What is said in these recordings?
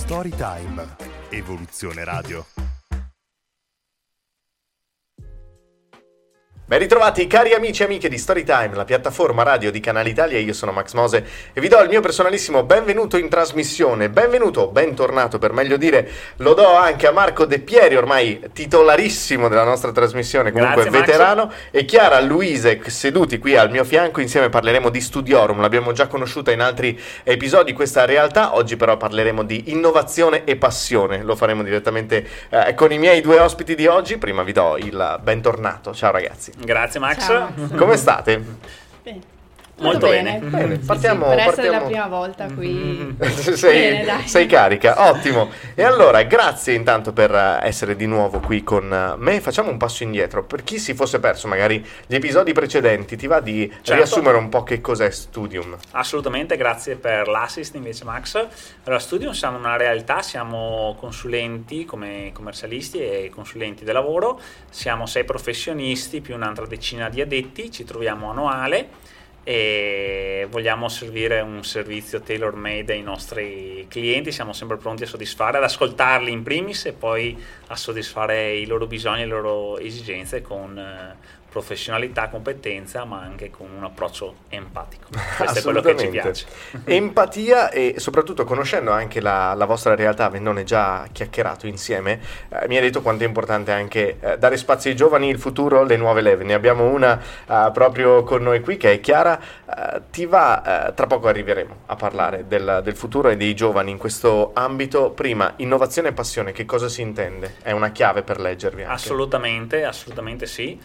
Storytime. Evoluzione Radio. Ben ritrovati cari amici e amiche di Storytime, la piattaforma radio di Canale Italia. Io sono Max Mose e vi do il mio personalissimo benvenuto in trasmissione. Benvenuto, bentornato per meglio dire, lo do anche a Marco De Pieri, ormai titolarissimo della nostra trasmissione, comunque Grazie, veterano, Max. e Chiara Luise seduti qui al mio fianco. Insieme parleremo di Studiorum, l'abbiamo già conosciuta in altri episodi questa realtà. Oggi però parleremo di innovazione e passione, lo faremo direttamente con i miei due ospiti di oggi. Prima vi do il bentornato. Ciao ragazzi. Grazie Max. Ciao. Come state? Bene. Molto bene. Bene, partiamo. Per essere la prima volta qui. Bene, dai. sei carica, ottimo. E allora, grazie intanto per essere di nuovo qui con me. Facciamo un passo indietro. Per chi si fosse perso magari gli episodi precedenti, ti va di riassumere un po' che cos'è Studium? Assolutamente, grazie per l'assist invece Max. Allora, Studium siamo una realtà, siamo consulenti come commercialisti e consulenti del lavoro, siamo 6 professionisti più un'altra decina di addetti, ci troviamo annuale e vogliamo servire un servizio tailor made ai nostri clienti. Siamo sempre pronti a soddisfare, ad ascoltarli in primis e poi a soddisfare i loro bisogni e le loro esigenze con professionalità, competenza, ma anche con un approccio empatico. Questo è quello che ci piace. Empatia e soprattutto conoscendo anche la vostra realtà, avendone già chiacchierato insieme, mi ha detto quanto è importante anche dare spazio ai giovani, il futuro, le nuove leve. Ne abbiamo una proprio con noi qui che è Chiara. Tra poco arriveremo a parlare del futuro e dei giovani in questo ambito. Prima, innovazione e passione, che cosa si intende? È una chiave per leggervi anche? Assolutamente sì.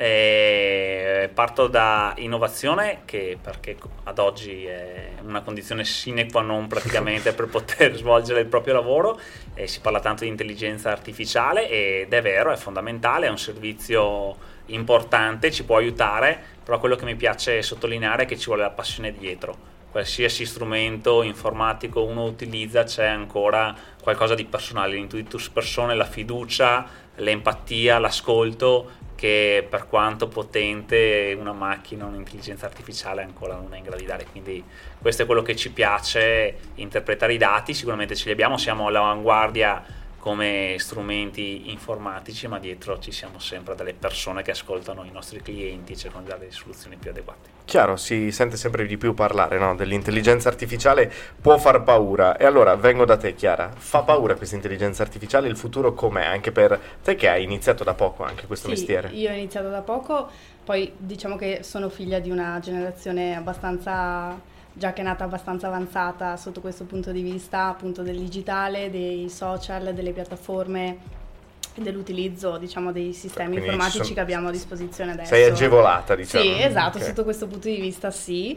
Parto da innovazione, che perché ad oggi è una condizione sine qua non praticamente per poter svolgere il proprio lavoro. Si parla tanto di intelligenza artificiale ed è vero, è fondamentale, è un servizio importante, ci può aiutare, però quello che mi piace sottolineare è che ci vuole la passione dietro. Qualsiasi strumento informatico uno utilizza, c'è ancora qualcosa di personale, l'intuitus personae, la fiducia, l'empatia, l'ascolto, che per quanto potente una macchina, un'intelligenza artificiale ancora non è in grado di dare. Quindi questo è quello che ci piace, interpretare i dati. Sicuramente ce li abbiamo, siamo all'avanguardia come strumenti informatici, ma dietro ci siamo sempre delle persone che ascoltano i nostri clienti e cercano di dare le soluzioni più adeguate. Chiaro, si sente sempre di più parlare, no? Dell'intelligenza artificiale, può far paura. E allora vengo da te, Chiara. Fa paura questa intelligenza artificiale? Il futuro com'è? Anche per te che hai iniziato da poco anche questo mestiere. Io ho iniziato da poco, poi diciamo che sono figlia di una generazione abbastanza, già che è nata abbastanza avanzata sotto questo punto di vista, appunto del digitale, dei social, delle piattaforme, dell'utilizzo, diciamo, dei sistemi informatici che abbiamo a disposizione adesso. Sei agevolata, diciamo. Sì, esatto, Okay. Sotto questo punto di vista sì,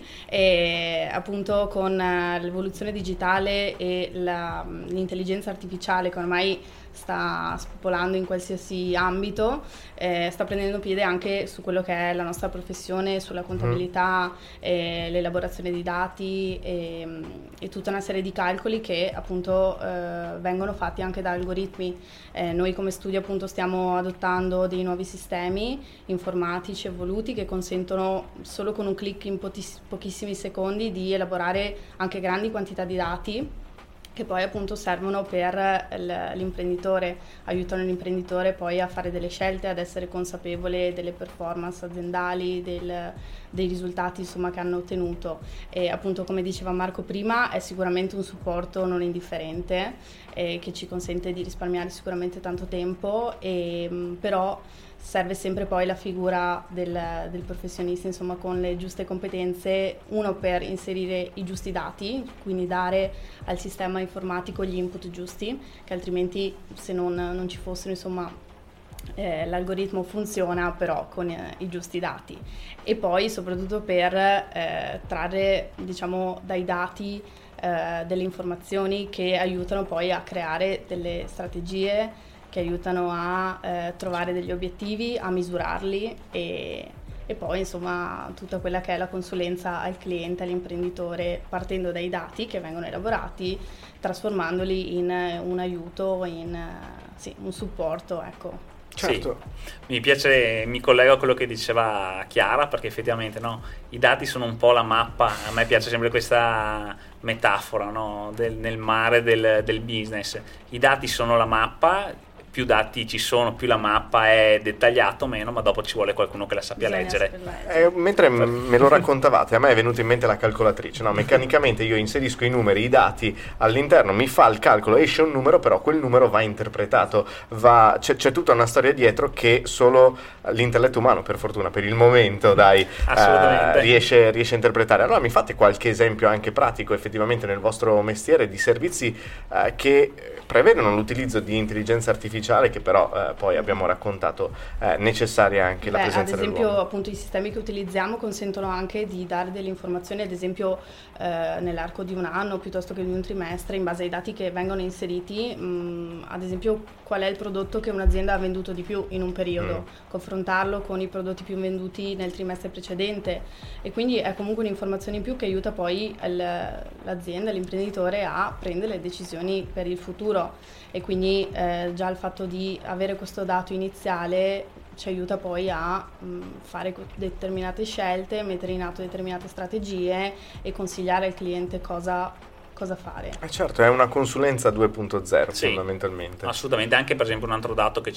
e appunto con l'evoluzione digitale e l'intelligenza artificiale che ormai sta spopolando in qualsiasi ambito, sta prendendo piede anche su quello che è la nostra professione, sulla contabilità, l'elaborazione di dati e tutta una serie di calcoli che appunto vengono fatti anche da algoritmi. Noi come studio appunto stiamo adottando dei nuovi sistemi informatici evoluti che consentono solo con un click in pochissimi secondi di elaborare anche grandi quantità di dati, che poi appunto servono per l'imprenditore, aiutano l'imprenditore poi a fare delle scelte, ad essere consapevole delle performance aziendali, dei risultati insomma che hanno ottenuto. E appunto, come diceva Marco prima, è sicuramente un supporto non indifferente che ci consente di risparmiare sicuramente tanto tempo, però serve sempre poi la figura del professionista, insomma, con le giuste competenze, uno per inserire i giusti dati, quindi dare al sistema informatico gli input giusti, che altrimenti se non ci fossero, insomma, l'algoritmo funziona però con i giusti dati. E poi soprattutto per trarre, diciamo, dai dati delle informazioni che aiutano poi a creare delle strategie, che aiutano a trovare degli obiettivi, a misurarli e poi insomma tutta quella che è la consulenza al cliente, all'imprenditore, partendo dai dati che vengono elaborati, trasformandoli in un aiuto, in un supporto, ecco. Certo. Sì. Mi collego a quello che diceva Chiara, perché effettivamente i dati sono un po' la mappa. A me piace sempre questa metafora, nel mare del business. I dati sono la mappa, più dati ci sono, più la mappa è dettagliata o meno, ma dopo ci vuole qualcuno che la sappia leggere. Mentre me lo raccontavate, a me è venuta in mente la calcolatrice. Meccanicamente io inserisco i numeri, i dati all'interno, mi fa il calcolo, esce un numero, però quel numero va interpretato, c'è tutta una storia dietro che solo l'intelletto umano, per fortuna, per il momento, riesce a interpretare. Allora mi fate qualche esempio anche pratico, effettivamente, nel vostro mestiere, di servizi che prevedono l'utilizzo di intelligenza artificiale, che però poi abbiamo raccontato necessaria anche la presenza dell'uomo. Ad esempio, appunto, i sistemi che utilizziamo consentono anche di dare delle informazioni, ad esempio nell'arco di un anno piuttosto che di un trimestre, in base ai dati che vengono inseriti, ad esempio qual è il prodotto che un'azienda ha venduto di più in un periodo, confrontarlo con i prodotti più venduti nel trimestre precedente, e quindi è comunque un'informazione in più che aiuta poi l'azienda, l'imprenditore a prendere le decisioni per il futuro. E quindi già il fatto di avere questo dato iniziale ci aiuta poi a fare determinate scelte, mettere in atto determinate strategie e consigliare al cliente cosa fare. Certo, è una consulenza 2.0 fondamentalmente. Assolutamente. Anche per esempio un altro dato che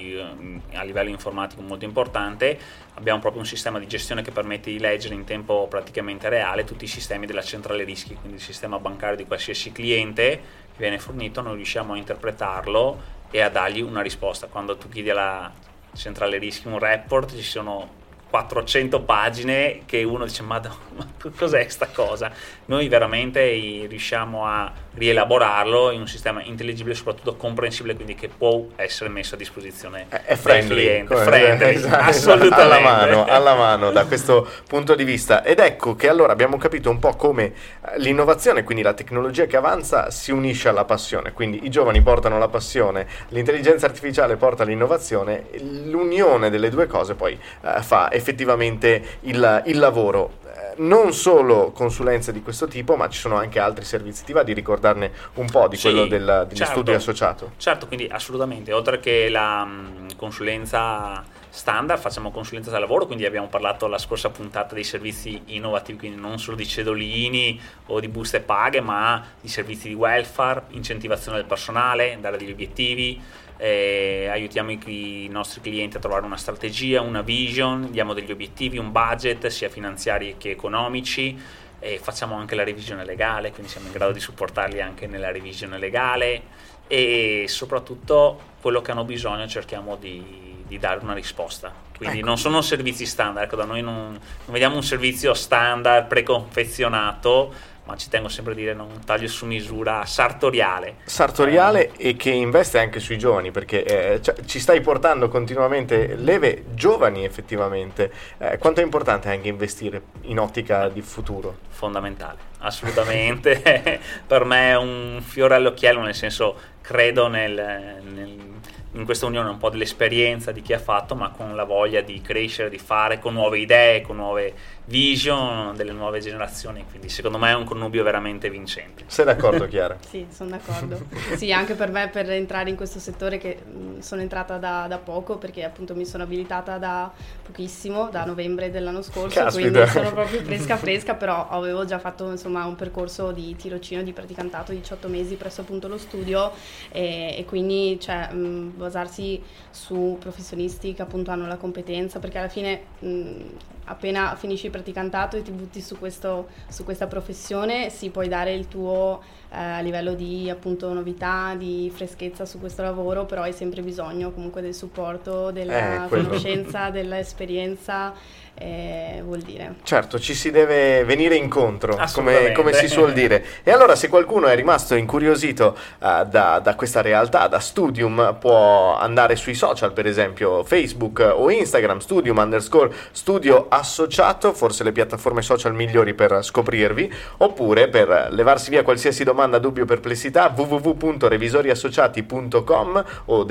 a livello informatico molto importante, abbiamo proprio un sistema di gestione che permette di leggere in tempo praticamente reale tutti i sistemi della centrale rischi, quindi il sistema bancario di qualsiasi cliente viene fornito, noi riusciamo a interpretarlo e a dargli una risposta. Quando tu chiedi alla centrale rischi un report, ci sono 400 pagine che uno dice ma cos'è sta cosa? Noi veramente riusciamo a rielaborarlo in un sistema intelligibile e soprattutto comprensibile, quindi che può essere messo a disposizione del cliente. Esatto. Assolutamente. alla mano da questo punto di vista. Ed ecco che allora abbiamo capito un po' come l'innovazione, quindi la tecnologia che avanza, si unisce alla passione. Quindi i giovani portano la passione, l'intelligenza artificiale porta l'innovazione, l'unione delle due cose poi fa effettivamente il lavoro. Non solo consulenze di questo tipo, ma ci sono anche altri servizi. Ti va di ricordarne un po' di quello degli studi associato? Certo, quindi assolutamente. Oltre che la consulenza standard, facciamo consulenza del lavoro, quindi abbiamo parlato la scorsa puntata dei servizi innovativi, quindi non solo di cedolini o di buste paghe, ma di servizi di welfare, incentivazione del personale, dare degli obiettivi. Aiutiamo i nostri clienti a trovare una strategia, una vision, diamo degli obiettivi, un budget sia finanziari che economici, e facciamo anche la revisione legale, quindi siamo in grado di supportarli anche nella revisione legale, e soprattutto quello che hanno bisogno cerchiamo di dare una risposta. Quindi non sono servizi standard, da noi non vediamo un servizio standard preconfezionato, ma ci tengo sempre a dire un taglio su misura sartoriale e che investe anche sui giovani, perché ci stai portando continuamente leve giovani effettivamente. Quanto è importante anche investire in ottica di futuro? Fondamentale, assolutamente. Per me è un fiore all'occhiello, nel senso, credo in questa unione un po' dell'esperienza di chi ha fatto, ma con la voglia di crescere, di fare, con nuove idee, con nuove vision delle nuove generazioni, quindi secondo me è un connubio veramente vincente. Sei d'accordo, Chiara? Sì, sono d'accordo. Sì, anche per me, per entrare in questo settore, che sono entrata da poco, perché appunto mi sono abilitata da pochissimo, da novembre dell'anno scorso. Caspita. Quindi sono proprio fresca, però avevo già fatto insomma un percorso di tirocinio, di praticantato, 18 mesi presso appunto lo studio, e quindi basarsi su professionisti che appunto hanno la competenza, perché alla fine appena finisci il praticantato e ti butti su questa professione, sì, puoi dare il tuo a livello di appunto novità, di freschezza su questo lavoro, però hai sempre bisogno comunque del supporto, della conoscenza, dell'esperienza, vuol dire. Certo, ci si deve venire incontro, come si suol dire. E allora, se qualcuno è rimasto incuriosito da questa realtà, da Studium, può andare sui social, per esempio Facebook o Instagram, Studium_studio associato, forse le piattaforme social migliori per scoprirvi, oppure per levarsi via qualsiasi domanda, dubbio, perplessità, www.revisoriassociati.com o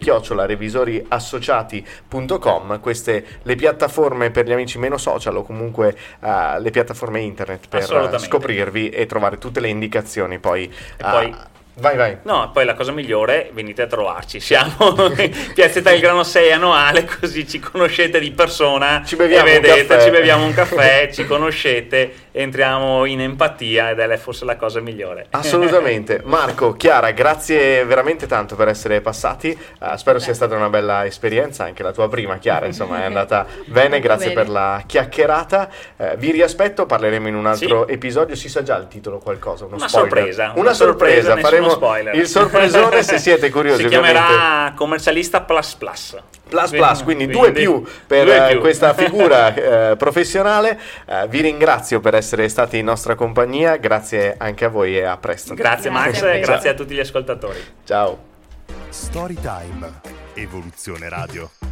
depieri@revisoriassociati.com. Queste le piattaforme per gli amici meno social, o comunque le piattaforme internet per scoprirvi e trovare tutte le indicazioni poi Vai. No, poi la cosa migliore, venite a trovarci. Siamo in Piazzetta del Grano 6 annuale, così ci conoscete di persona. Ci beviamo e vedete, un caffè. ci beviamo un caffè, ci conoscete, entriamo in empatia ed è forse la cosa migliore. Assolutamente. Marco, Chiara, grazie veramente tanto per essere passati. Spero sia stata una bella esperienza, anche la tua prima, Chiara, insomma, è andata bene. Grazie per la chiacchierata. Vi riaspetto, parleremo in un altro episodio. Si sa già il titolo, qualcosa? Una sorpresa. Una sorpresa. Faremo spoiler. Il sorpresone, se siete curiosi. Si chiamerà Commercialista Plus Plus. Quindi 2+ per questa figura professionale. Vi ringrazio per essere stati in nostra compagnia, grazie anche a voi e a presto. Grazie Max, grazie a tutti gli ascoltatori. Ciao. Storytime, Evoluzione Radio.